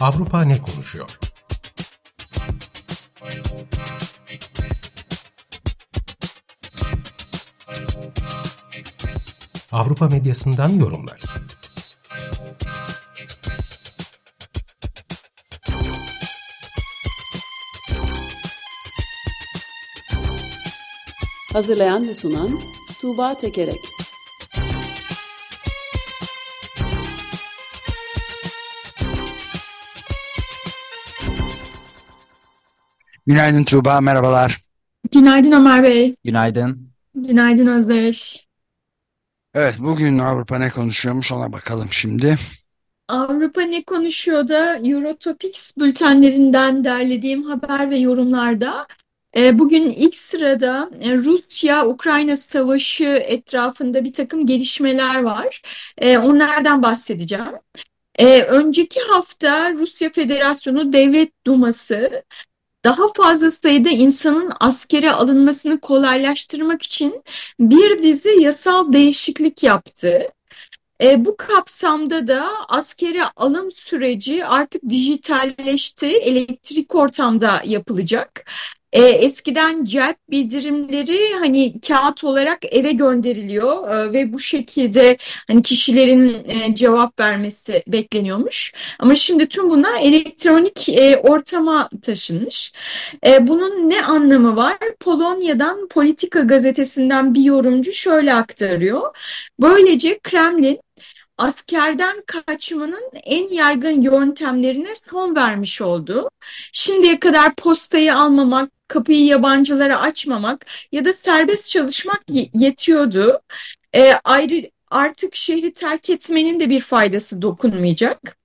Avrupa ne konuşuyor? Avrupa medyasından yorumlar. Hazırlayan ve sunan Tuğba Tekerek. Günaydın Tuğba, merhabalar. Günaydın Ömer Bey. Günaydın. Günaydın Özdeş. Evet, bugün Avrupa ne konuşuyormuş ona bakalım şimdi. Avrupa ne konuşuyor da Eurotopics bültenlerinden derlediğim haber ve yorumlarda bugün ilk sırada Rusya-Ukrayna savaşı etrafında bir takım gelişmeler var. Onlardan bahsedeceğim. Önceki hafta Rusya Federasyonu Devlet Duması daha fazla sayıda insanın askere alınmasını kolaylaştırmak için bir dizi yasal değişiklik yaptı. Bu kapsamda da askere alım süreci artık dijitalleşti, elektrik ortamda yapılacak. Eskiden celp bildirimleri hani kağıt olarak eve gönderiliyor ve bu şekilde hani kişilerin cevap vermesi bekleniyormuş. Ama şimdi tüm bunlar elektronik ortama taşınmış. Bunun ne anlamı var? Polonya'dan Politika gazetesinden bir yorumcu şöyle aktarıyor. Böylece Kremlin askerden kaçmanın en yaygın yöntemlerine son vermiş oldu. Şimdiye kadar postayı almamak, kapıyı yabancılara açmamak ya da serbest çalışmak yetiyordu. Ayrı artık şehri terk etmenin de bir faydası dokunmayacak.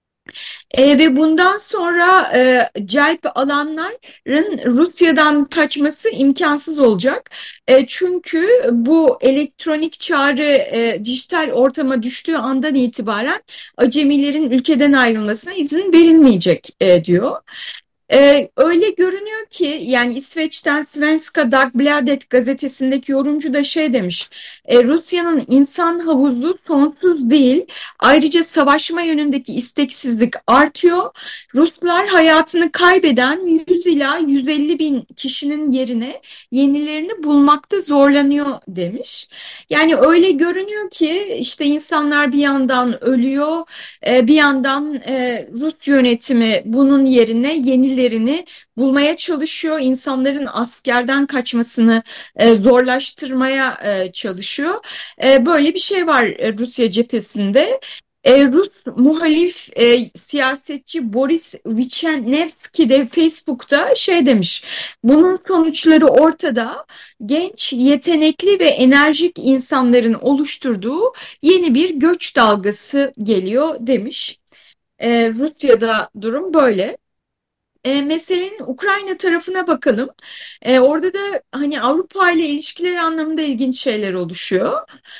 Ve bundan sonra celp alanların Rusya'dan kaçması imkansız olacak. Çünkü bu elektronik çağrı dijital ortama düştüğü andan itibaren acemilerin ülkeden ayrılmasına izin verilmeyecek diyor. Öyle görünüyor ki yani İsveç'ten Svenska Dagbladet gazetesindeki yorumcu da şey demiş. Rusya'nın insan havuzu sonsuz değil. Ayrıca savaşma yönündeki isteksizlik artıyor. Ruslar hayatını kaybeden 100 ila 150 bin kişinin yerine yenilerini bulmakta zorlanıyor demiş. Yani öyle görünüyor ki işte insanlar bir yandan ölüyor, bir yandan Rus yönetimi bunun yerine yenilerini bulmaya çalışıyor. İnsanların askerden kaçmasını zorlaştırmaya çalışıyor. Böyle bir şey var Rusya cephesinde. Rus muhalif siyasetçi Boris Vichennevski de Facebook'ta şey demiş. Bunun sonuçları ortada. Genç, yetenekli ve enerjik insanların oluşturduğu yeni bir göç dalgası geliyor demiş. Rusya'da durum böyle. Meselenin Ukrayna tarafına bakalım. Orada da hani Avrupa ile ilişkiler anlamında ilginç şeyler oluşuyor.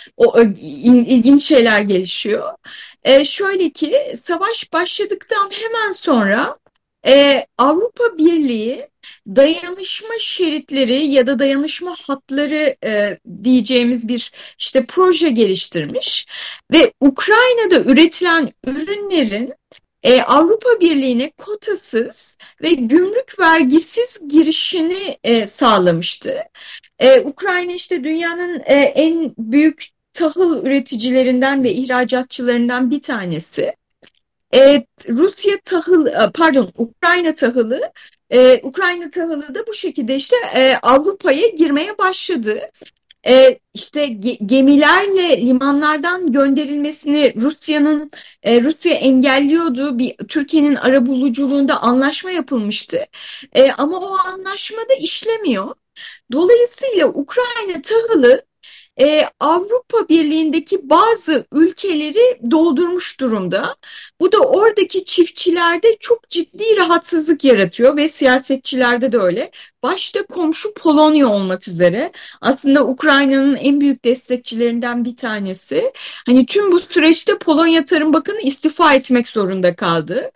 İlginç şeyler gelişiyor. Şöyle ki savaş başladıktan hemen sonra Avrupa Birliği dayanışma şeritleri ya da dayanışma hatları diyeceğimiz bir işte proje geliştirmiş ve Ukrayna'da üretilen ürünlerin Avrupa Birliği'ne kotasız ve gümrük vergisiz girişini sağlamıştı. Ukrayna işte dünyanın en büyük tahıl üreticilerinden ve ihracatçılarından bir tanesi. Rusya tahıl, pardon Ukrayna tahılı da bu şekilde işte Avrupa'ya girmeye başladı. İşte gemilerle limanlardan gönderilmesini Rusya engelliyordu. Türkiye'nin arabuluculuğunda anlaşma yapılmıştı. Ama o anlaşma da işlemiyor. Dolayısıyla Ukrayna tahılı Avrupa Birliği'ndeki bazı ülkeleri doldurmuş durumda. Bu da oradaki çiftçilerde çok ciddi rahatsızlık yaratıyor ve siyasetçilerde de öyle. Başta komşu Polonya olmak üzere aslında Ukrayna'nın en büyük destekçilerinden bir tanesi. Hani tüm bu süreçte Polonya Tarım Bakanı istifa etmek zorunda kaldı.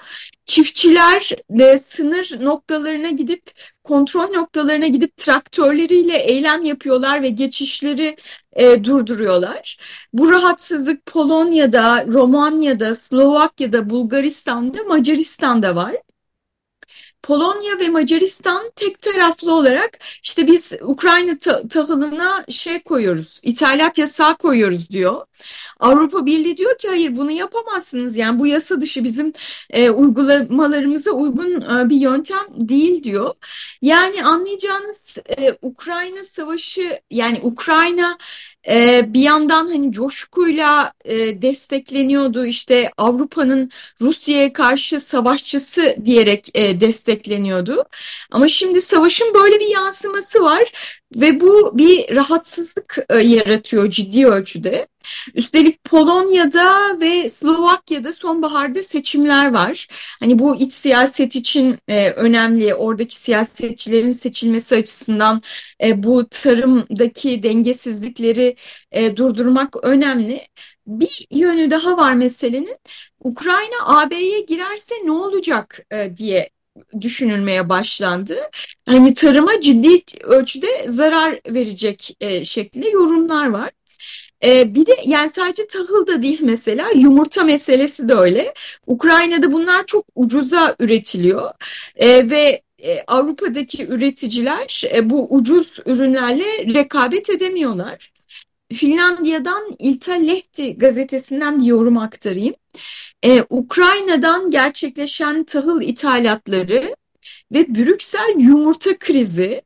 Çiftçiler de sınır noktalarına gidip, kontrol noktalarına gidip traktörleriyle eylem yapıyorlar ve geçişleri durduruyorlar. Bu rahatsızlık Polonya'da, Romanya'da, Slovakya'da, Bulgaristan'da, Macaristan'da var. Polonya ve Macaristan tek taraflı olarak işte biz Ukrayna tahılına şey koyuyoruz, ithalat yasağı koyuyoruz diyor. Avrupa Birliği diyor ki hayır, bunu yapamazsınız, yani bu yasa dışı, bizim uygulamalarımıza uygun bir yöntem değil diyor. Yani anlayacağınız Ukrayna savaşı, yani Ukrayna bir yandan hani coşkuyla destekleniyordu, işte Avrupa'nın Rusya'ya karşı savaşçısı diyerek destekleniyordu. Ama şimdi savaşın böyle bir yansıması var ve bu bir rahatsızlık yaratıyor ciddi ölçüde. Üstelik Polonya'da ve Slovakya'da sonbaharda seçimler var. Hani bu iç siyaset için önemli, oradaki siyasetçilerin seçilmesi açısından bu tarımdaki dengesizlikleri durdurmak önemli. Bir yönü daha var meselenin. Ukrayna AB'ye girerse ne olacak diye düşünülmeye başlandı. Hani tarıma ciddi ölçüde zarar verecek şeklinde yorumlar var. Bir de yani sadece tahıl da değil, mesela yumurta meselesi de öyle. Ukrayna'da bunlar çok ucuza üretiliyor ve Avrupa'daki üreticiler bu ucuz ürünlerle rekabet edemiyorlar. Finlandiya'dan Iltalehti gazetesinden bir yorum aktarayım. Ukrayna'dan gerçekleşen tahıl ithalatları ve Brüksel yumurta krizi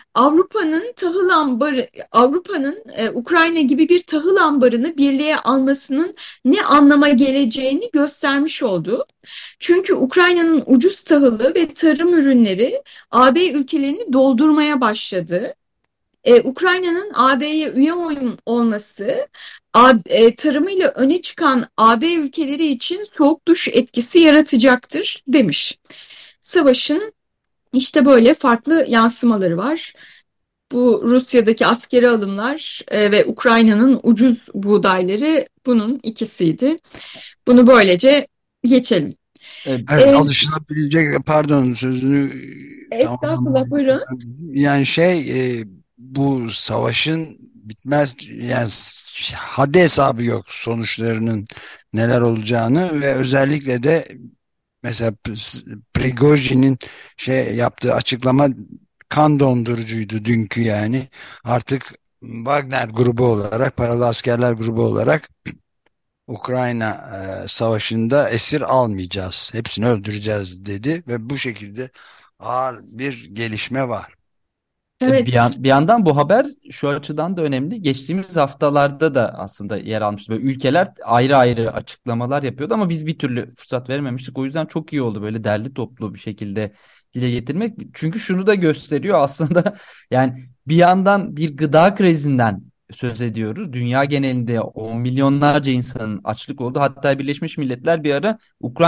Avrupa'nın Ukrayna gibi bir tahıl ambarını birliğe almasının ne anlama geleceğini göstermiş oldu. Çünkü Ukrayna'nın ucuz tahılı ve tarım ürünleri AB ülkelerini doldurmaya başladı. Ukrayna'nın AB'ye üye olması tarımıyla öne çıkan AB ülkeleri için soğuk duş etkisi yaratacaktır demiş. Savaşın işte böyle farklı yansımaları var. Bu Rusya'daki askeri alımlar ve Ukrayna'nın ucuz buğdayları bunun ikisiydi. Bunu böylece geçelim. Evet, alışılabilecek, pardon sözünü Estağfurullah, tamamlamak. buyurun. Yani bu savaşın bitmez, yani haddi hesabı yok sonuçlarının neler olacağını ve özellikle de mesela Prigojin'in yaptığı açıklama kan dondurucuydu dünkü, yani artık Wagner grubu olarak, paralı askerler grubu olarak Ukrayna savaşında esir almayacağız, hepsini öldüreceğiz dedi ve bu şekilde ağır bir gelişme var. Evet, Bir yandan bu haber şu açıdan da önemli. Geçtiğimiz haftalarda da aslında yer almıştı. Böyle ülkeler ayrı ayrı açıklamalar yapıyordu ama biz bir türlü fırsat verememiştik. O yüzden çok iyi oldu böyle derli toplu bir şekilde dile getirmek. Çünkü şunu da gösteriyor aslında, yani bir yandan bir gıda krizinden söz ediyoruz. Dünya genelinde 10 milyonlarca insanın açlık oldu. Hatta Birleşmiş Milletler bir ara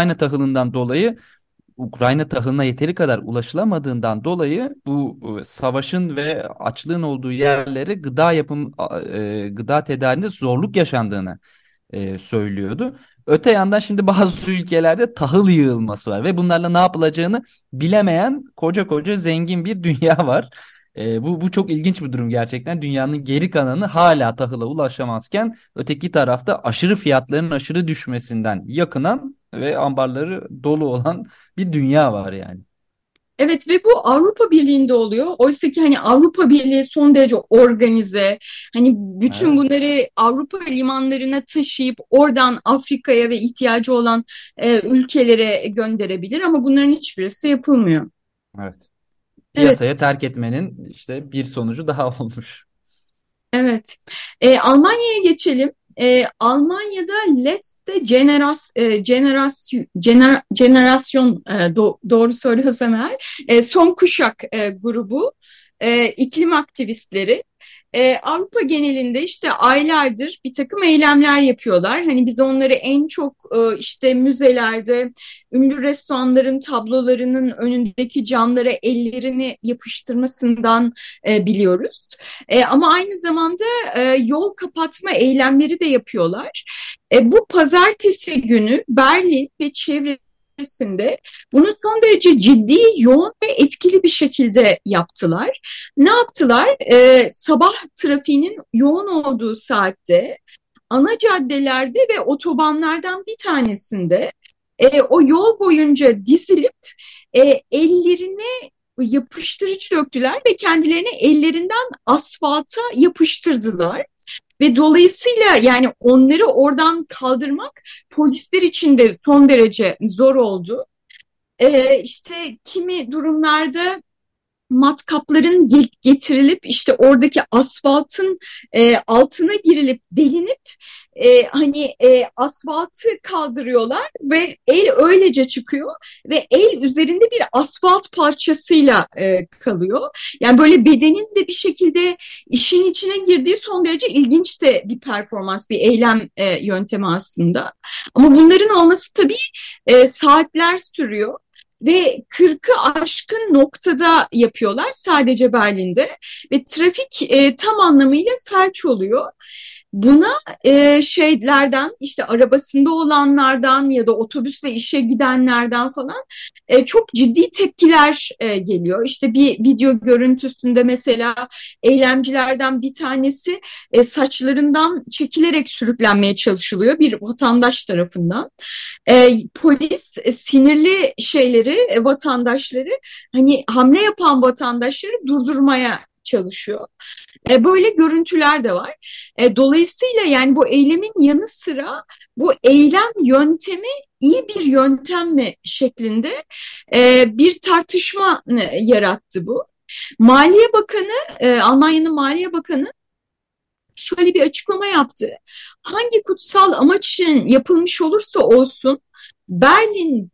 Ukrayna tahılına yeteri kadar ulaşılamadığından dolayı bu savaşın ve açlığın olduğu yerlere gıda tedariğinde zorluk yaşandığını söylüyordu. Öte yandan şimdi bazı ülkelerde tahıl yığılması var ve bunlarla ne yapılacağını bilemeyen koca koca zengin bir dünya var. Bu çok ilginç bir durum gerçekten. Dünyanın geri kalanı hala tahıla ulaşamazken öteki tarafta aşırı fiyatların aşırı düşmesinden yakınan ve ambarları dolu olan bir dünya var yani. evet ve bu Avrupa Birliği'nde oluyor. Oysa ki hani Avrupa Birliği son derece organize. Hani bütün Evet, bunları Avrupa limanlarına taşıyıp oradan Afrika'ya ve ihtiyacı olan ülkelere gönderebilir ama bunların hiçbirisi yapılmıyor. evet. Evet. Piyasaya terk etmenin işte bir sonucu daha olmuş. Evet. Almanya'ya geçelim. Almanya'da Letzte Generasyon, doğru söylüyorsam eğer, son kuşak grubu iklim aktivistleri Avrupa genelinde işte aylardır bir takım eylemler yapıyorlar. Hani biz onları en çok işte müzelerde ünlü ressamların tablolarının önündeki camlara ellerini yapıştırmasından biliyoruz. Ama aynı zamanda yol kapatma eylemleri de yapıyorlar. Bu pazartesi günü Berlin ve çevresinde sayesinde bunu son derece ciddi, yoğun ve etkili bir şekilde yaptılar. Ne yaptılar? Sabah trafiğinin yoğun olduğu saatte ana caddelerde ve otobanlardan bir tanesinde o yol boyunca dizilip ellerine yapıştırıcı döktüler ve kendilerini ellerinden asfalta yapıştırdılar. Ve dolayısıyla yani onları oradan kaldırmak polisler için de son derece zor oldu. İşte kimi durumlarda matkapların getirilip işte oradaki asfaltın altına girilip delinip asfaltı kaldırıyorlar ve el öylece çıkıyor ve el üzerinde bir asfalt parçasıyla kalıyor. Yani böyle bedenin de bir şekilde işin içine girdiği son derece ilginç de bir performans, bir eylem yöntemi aslında. Ama bunların olması tabii saatler sürüyor. Ve 40'ı aşkın noktada yapıyorlar sadece Berlin'de ve trafik tam anlamıyla felç oluyor. Buna şeylerden işte arabasında olanlardan ya da otobüsle işe gidenlerden falan çok ciddi tepkiler geliyor. İşte bir video görüntüsünde mesela eylemcilerden bir tanesi saçlarından çekilerek sürüklenmeye çalışılıyor bir vatandaş tarafından. Polis sinirli vatandaşları hani hamle yapan vatandaşları durdurmaya çalışıyor. Böyle görüntüler de var. Dolayısıyla yani bu eylemin yanı sıra bu eylem yöntemi iyi bir yöntem mi şeklinde bir tartışma yarattı bu. Maliye Bakanı, Almanya'nın Maliye Bakanı şöyle bir açıklama yaptı. Hangi kutsal amaç için yapılmış olursa olsun Berlin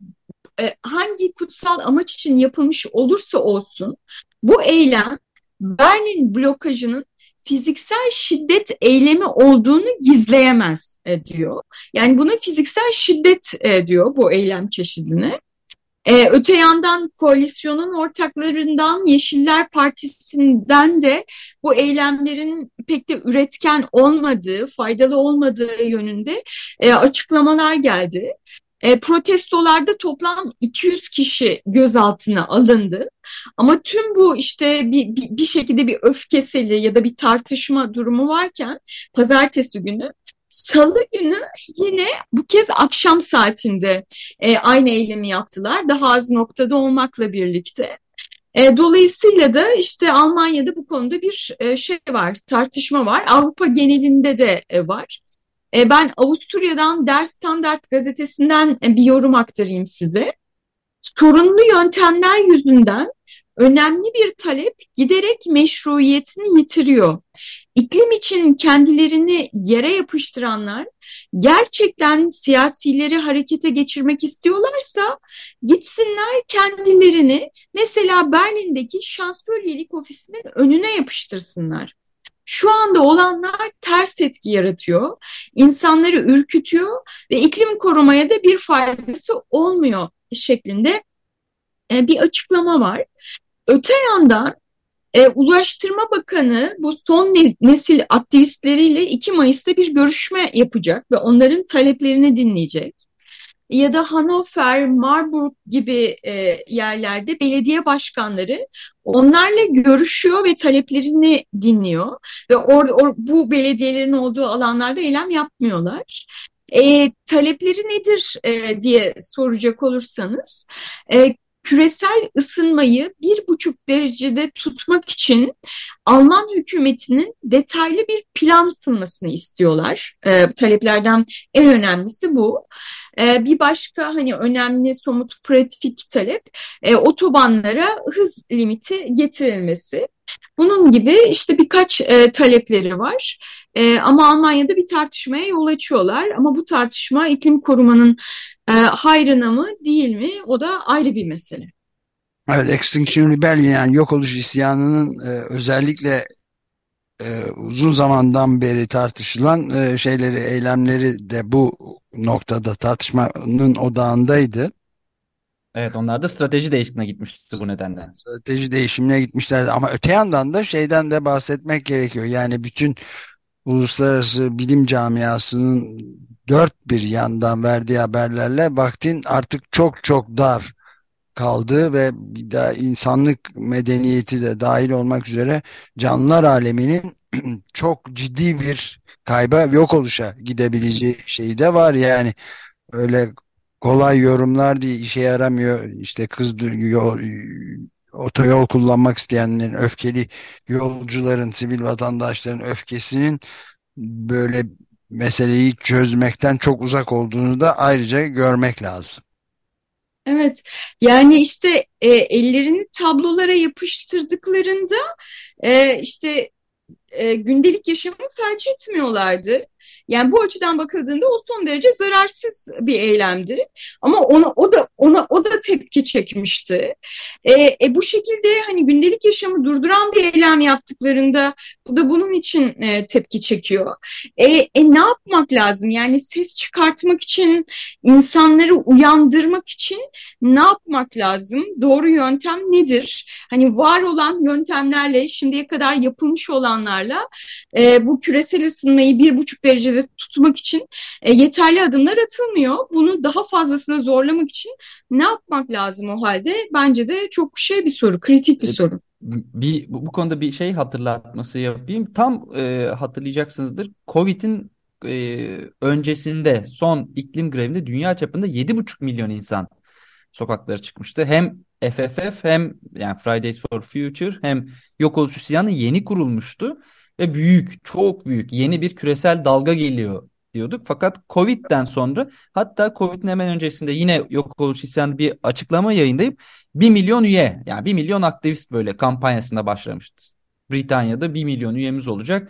hangi kutsal amaç için yapılmış olursa olsun bu eylem Berlin blokajının fiziksel şiddet eylemi olduğunu gizleyemez diyor. Yani buna fiziksel şiddet diyor bu eylem çeşidine. Öte yandan koalisyonun ortaklarından Yeşiller Partisi'nden de bu eylemlerin pek de üretken olmadığı, faydalı olmadığı yönünde açıklamalar geldi. Protestolarda toplam 200 kişi gözaltına alındı. Ama tüm bu işte bir şekilde bir öfkeseli ya da bir tartışma durumu varken pazartesi günü, salı günü yine bu kez akşam saatinde aynı eylemi yaptılar. Daha az noktada olmakla birlikte. Dolayısıyla da işte Almanya'da bu konuda bir şey var, tartışma var. Avrupa genelinde de var. Ben Avusturya'dan Der Standard gazetesinden bir yorum aktarayım size. Sorunlu yöntemler yüzünden önemli bir talep giderek meşruiyetini yitiriyor. İklim için kendilerini yere yapıştıranlar gerçekten siyasileri harekete geçirmek istiyorlarsa gitsinler kendilerini mesela Berlin'deki şansölyelik ofisinin önüne yapıştırsınlar. Şu anda olanlar ters etki yaratıyor, insanları ürkütüyor ve iklim korumaya da bir faydası olmuyor şeklinde bir açıklama var. Öte yandan Ulaştırma Bakanı bu son nesil aktivistleriyle 2 Mayıs'ta bir görüşme yapacak ve onların taleplerini dinleyecek. Ya da Hannover, Marburg gibi yerlerde belediye başkanları onlarla görüşüyor ve taleplerini dinliyor. Ve bu belediyelerin olduğu alanlarda eylem yapmıyorlar. Talepleri nedir diye soracak olursanız, küresel ısınmayı 1,5 derecede tutmak için Alman hükümetinin detaylı bir plan sunmasını istiyorlar. Taleplerden en önemlisi bu. Bir başka hani önemli somut pratik talep otobanlara hız limiti getirilmesi. Bunun gibi işte birkaç talepleri var. Ama Almanya'da bir tartışmaya yol açıyorlar. Ama bu tartışma iklim korumanın hayrına mı değil mi? O da ayrı bir mesele. Evet, Extinction Rebellion yani yok oluş isyanının özellikle uzun zamandan beri tartışılan eylemleri de bu noktada tartışmanın odağındaydı. Evet, onlar da strateji değişikliğine gitmişti bu nedenle. Strateji değişimine gitmişlerdi ama öte yandan da şeyden de bahsetmek gerekiyor. Yani bütün uluslararası bilim camiasının dört bir yandan verdiği haberlerle vaktin artık çok çok dar kaldığı ve bir daha insanlık medeniyeti de dahil olmak üzere canlılar aleminin çok ciddi bir kayba, yok oluşa gidebileceği şeyi de var yani. Öyle kolay yorumlar değil, işe yaramıyor işte, otoyol kullanmak isteyenlerin, öfkeli yolcuların, sivil vatandaşların öfkesinin böyle meseleyi çözmekten çok uzak olduğunu da ayrıca görmek lazım. Evet, yani işte ellerini tablolara yapıştırdıklarında işte gündelik yaşamı felç etmiyorlardı. Yani bu açıdan bakıldığında o son derece zararsız bir eylemdi. Ama o da tepki çekmişti. Bu şekilde hani gündelik yaşamı durduran bir eylem yaptıklarında bu da bunun için tepki çekiyor. Ne yapmak lazım? Yani ses çıkartmak için, insanları uyandırmak için ne yapmak lazım? Doğru yöntem nedir? Hani var olan yöntemlerle, şimdiye kadar yapılmış olanlarla bu küresel ısınmayı 1,5 derecede tutmak için yeterli adımlar atılmıyor. Bunu daha fazlasına zorlamak için ne yapmak lazım o halde? Bence de çok bir soru, kritik bir E, soru. bu konuda bir şey hatırlatması yapayım. Tam hatırlayacaksınızdır. Covid'in öncesinde son iklim grevinde dünya çapında 7,5 milyon insan sokaklara çıkmıştı. Hem FFF hem yani Fridays for Future hem Yok Oluş İsyanı yeni kurulmuştu ve büyük, çok büyük yeni bir küresel dalga geliyor diyorduk. Fakat Covid'den sonra, hatta Covid'in hemen öncesinde yine Yok Oluş İsyanı bir açıklama yayınlayıp 1 milyon üye, yani 1 milyon aktivist böyle kampanyasına başlamıştı. Britanya'da 1 milyon üyemiz olacak.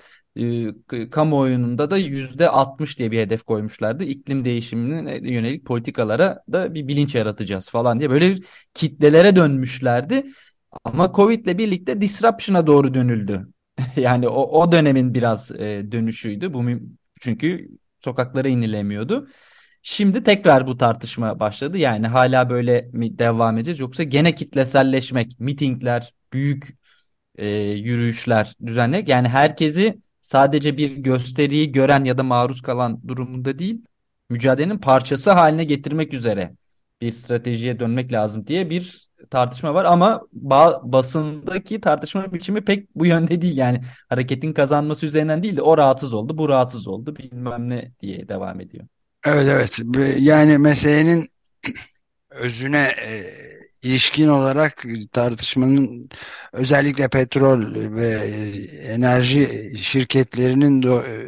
Kamuoyunda da %60 diye bir hedef koymuşlardı. İklim değişimine yönelik politikalara da bir bilinç yaratacağız falan diye böyle bir kitlelere dönmüşlerdi. Ama Covid'le birlikte disruption'a doğru dönüldü. Yani o dönemin biraz dönüşüydü. Çünkü sokaklara inilemiyordu. Şimdi tekrar bu tartışma başladı. Yani hala böyle mi devam edeceğiz, yoksa gene kitleselleşmek, mitingler, büyük yürüyüşler düzenleyerek, yani herkesi sadece bir gösteriyi gören ya da maruz kalan durumunda değil, mücadelenin parçası haline getirmek üzere bir stratejiye dönmek lazım diye bir tartışma var, ama basındaki tartışma biçimi pek bu yönde değil. Yani hareketin kazanması üzerinden değil de o rahatsız oldu, bu rahatsız oldu, bilmem ne diye devam ediyor. Evet, evet. Yani meselenin özüne ilişkin olarak tartışmanın, özellikle petrol ve enerji şirketlerinin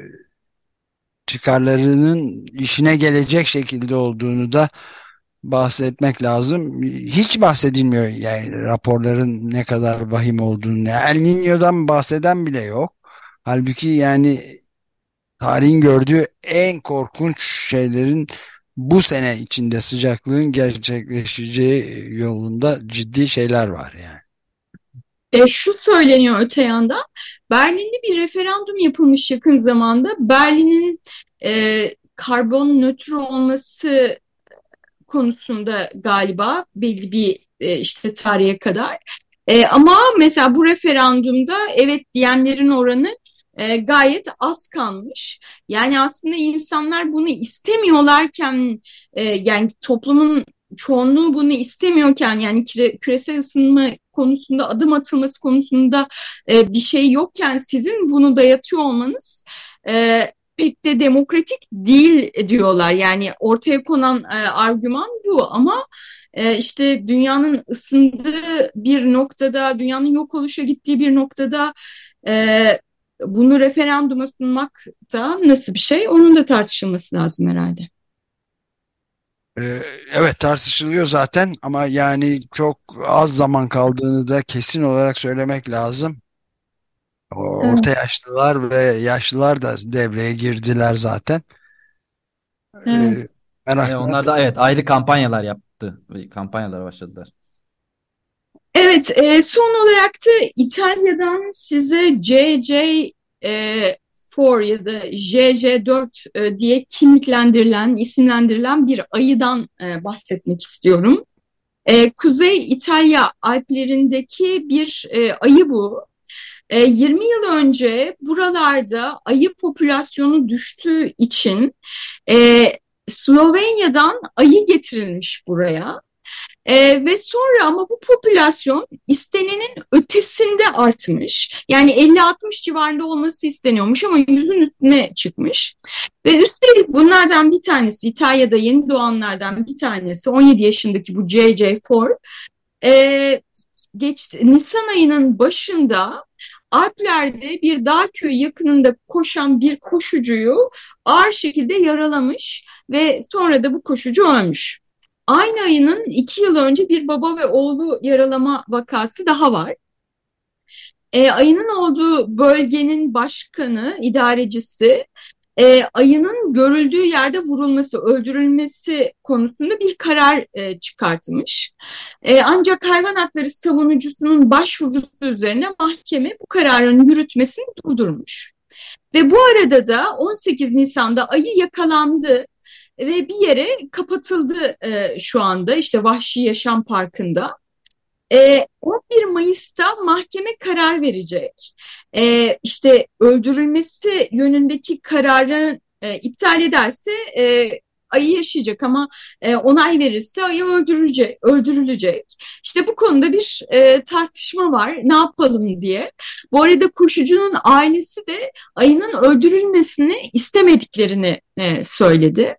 çıkarlarının işine gelecek şekilde olduğunu da bahsetmek lazım. Hiç bahsedilmiyor yani, raporların ne kadar vahim olduğunu. El Niño'dan bahseden bile yok. Halbuki yani tarihin gördüğü en korkunç şeylerin bu sene içinde sıcaklığın gerçekleşeceği yolunda ciddi şeyler var yani. Şu söyleniyor öte yandan, Berlin'de bir referandum yapılmış yakın zamanda. Berlin'in karbon nötr olması konusunda galiba belli bir işte tarihe kadar. Ama mesela bu referandumda evet diyenlerin oranı gayet az kalmış. Yani aslında insanlar bunu istemiyorlarken, yani toplumun çoğunluğu bunu istemiyorken, yani küresel ısınma konusunda adım atılması konusunda bir şey yokken sizin bunu dayatıyor olmanız pek de demokratik değil diyorlar. Yani ortaya konan argüman bu, ama işte dünyanın ısındığı bir noktada, dünyanın yok oluşa gittiği bir noktada bunu referanduma sunmak da nasıl bir şey? Onun da tartışılması lazım herhalde. Evet, tartışılıyor zaten ama yani çok az zaman kaldığını da kesin olarak söylemek lazım. Orta Evet, yaşlılar ve yaşlılar da devreye girdiler zaten. Ee, evet. Merakla. Onlar da evet ayrı kampanyalar yaptı. Kampanyalara başladılar. Evet, son olarak da İtalya'dan size CC4 ya da JJ4 diye kimliklendirilen, isimlendirilen bir ayıdan bahsetmek istiyorum. Kuzey İtalya Alplerindeki bir ayı bu. 20 yıl önce buralarda ayı popülasyonu düştüğü için e, Slovenya'dan ayı getirilmiş buraya. Ve sonra ama bu popülasyon istenenin ötesinde artmış. Yani 50-60 civarında olması isteniyormuş ama 100'ün üstüne çıkmış. Ve üstelik bunlardan bir tanesi, İtalya'da yeni doğanlardan bir tanesi 17 yaşındaki bu JJ4 e, Nisan ayının başında Alplerde bir dağ köyü yakınında koşan bir koşucuyu ağır şekilde yaralamış ve sonra da bu koşucu ölmüş. Aynı ayının 2 yıl önce bir baba ve oğlu yaralama vakası daha var. Ayının olduğu bölgenin başkanı, idarecisi ayının görüldüğü yerde vurulması, öldürülmesi konusunda bir karar çıkartmış. Ancak hayvan hakları savunucusunun başvurusu üzerine mahkeme bu kararın yürütmesini durdurmuş. Ve bu arada da 18 Nisan'da ayı yakalandı ve bir yere kapatıldı şu anda işte Vahşi Yaşam Parkı'nda. 11 Mayıs'ta mahkeme karar verecek. İşte öldürülmesi yönündeki kararı iptal ederse ayı yaşayacak ama onay verirse ayı öldürülecek. İşte bu konuda bir tartışma var. Ne yapalım diye. Bu arada koşucunun ailesi de ayının öldürülmesini istemediklerini söyledi.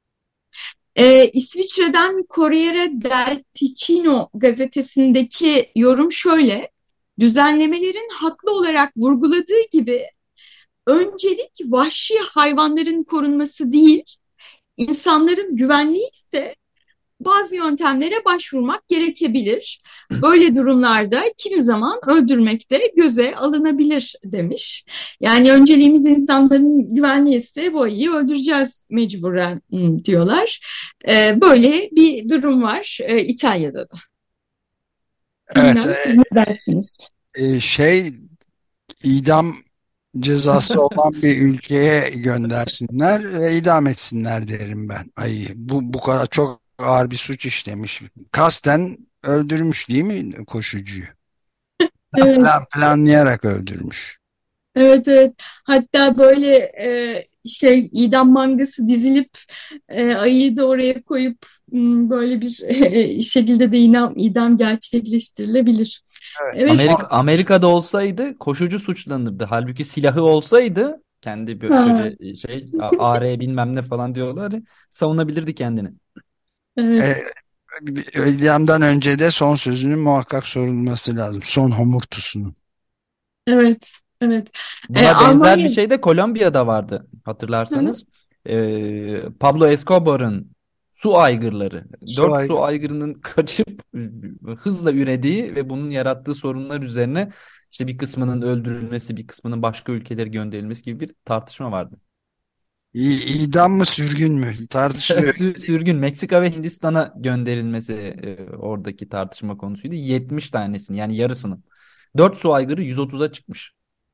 İsviçre'den Corriere del Ticino gazetesindeki yorum şöyle: düzenlemelerin haklı olarak vurguladığı gibi öncelik vahşi hayvanların korunması değil, insanların güvenliği ise bazı yöntemlere başvurmak gerekebilir. Böyle durumlarda kimi zaman öldürmek de göze alınabilir demiş. Yani önceliğimiz insanların güvenliği ise bu ayıyı öldüreceğiz mecburen diyorlar. Böyle bir durum var İtalya'da da. Evet, Bilmem siz ne dersiniz? şey idam cezası olan bir ülkeye göndersinler ve idam etsinler derim ben ayıyı. Bu kadar çok ağır bir suç işlemiş. Kasten öldürmüş değil mi koşucuyu? Evet. Planlayarak öldürmüş. Evet, evet. Hatta böyle idam mangası dizilip ayıyı da oraya koyup böyle bir şekilde de idam gerçekleştirilebilir. Evet. Evet. Amerika'da olsaydı koşucu suçlanırdı. Halbuki silahı olsaydı kendi Ha, böyle AR bilmem ne falan diyorlar ya, savunabilirdi kendini. E, evet. idamdan önce de son sözünün muhakkak sorulması lazım. Son homurtusunun. Evet. Evet. Buna benzer bir Almanya. şey de Kolombiya'da vardı hatırlarsanız. Pablo Escobar'ın su aygırları. Su 4 ay su aygırının kaçıp hızla ürediği ve bunun yarattığı sorunlar üzerine işte bir kısmının öldürülmesi, bir kısmının başka ülkelere gönderilmesi gibi bir tartışma vardı. idam mı sürgün mü tartışılıyor. Sürgün Meksika ve Hindistan'a gönderilmesi oradaki tartışma konusuydu. 70 tanesini yani yarısının. 4 su aygırı 130'a çıkmış.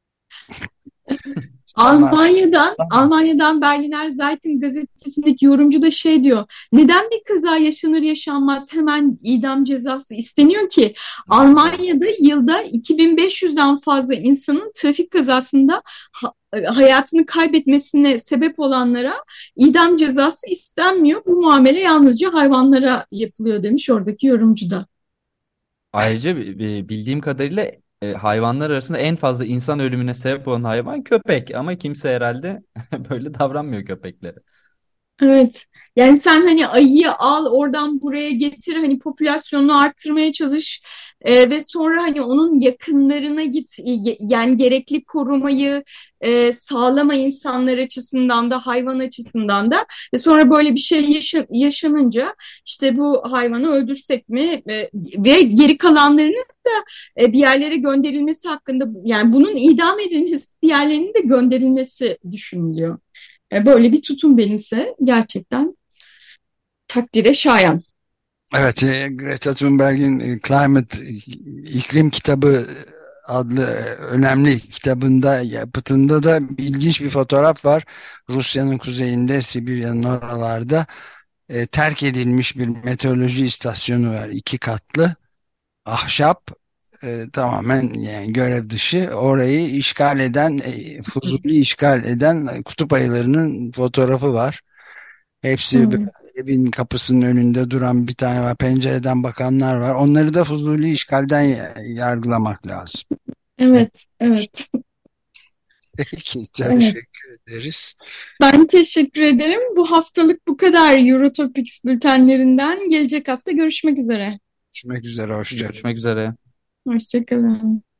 Sana Almanya'dan Berliner Zeitung gazetesindeki yorumcu da şey diyor. Neden bir kaza yaşanır yaşanmaz hemen idam cezası isteniyor ki? Almanya'da yılda 2500'den fazla insanın trafik kazasında hayatını kaybetmesine sebep olanlara idam cezası istenmiyor. Bu muamele yalnızca hayvanlara yapılıyor demiş oradaki yorumcu da. Ayrıca bildiğim kadarıyla hayvanlar arasında en fazla insan ölümüne sebep olan hayvan köpek ama kimse herhalde böyle davranmıyor köpeklere. Evet. Yani sen hani ayıyı al oradan buraya getir hani popülasyonunu arttırmaya çalış ve sonra hani onun yakınlarına git yani gerekli korumayı sağlama insanlar açısından da hayvan açısından da ve sonra böyle bir şey yaşanınca işte bu hayvanı öldürsek mi ve geri kalanlarının da bir yerlere gönderilmesi hakkında yani bunun idam edilmesi diğerlerinin de gönderilmesi düşünülüyor. Böyle bir tutum benimse gerçekten takdire şayan. evet, Greta Thunberg'in Climate iklim kitabı adlı önemli kitabında yapıtında da ilginç bir fotoğraf var. Rusya'nın kuzeyinde Sibirya'nın oralarda terk edilmiş bir meteoroloji istasyonu var. 2 katlı ahşap tamamen yani görev dışı orayı işgal eden, Fuzuli işgal eden kutup ayılarının fotoğrafı var. Hepsi böyle Hmm. evin kapısının önünde duran bir tane var. Pencereden bakanlar var. Onları da Fuzuli işgalden yargılamak lazım. Evet, evet, Peki, evet. teşekkür ederiz. Ben teşekkür ederim. Bu haftalık bu kadar Eurotopics bültenlerinden. Gelecek hafta görüşmek üzere. Görüşmek üzere. Hoşça Görüşmek üzere. Hoşça kalın.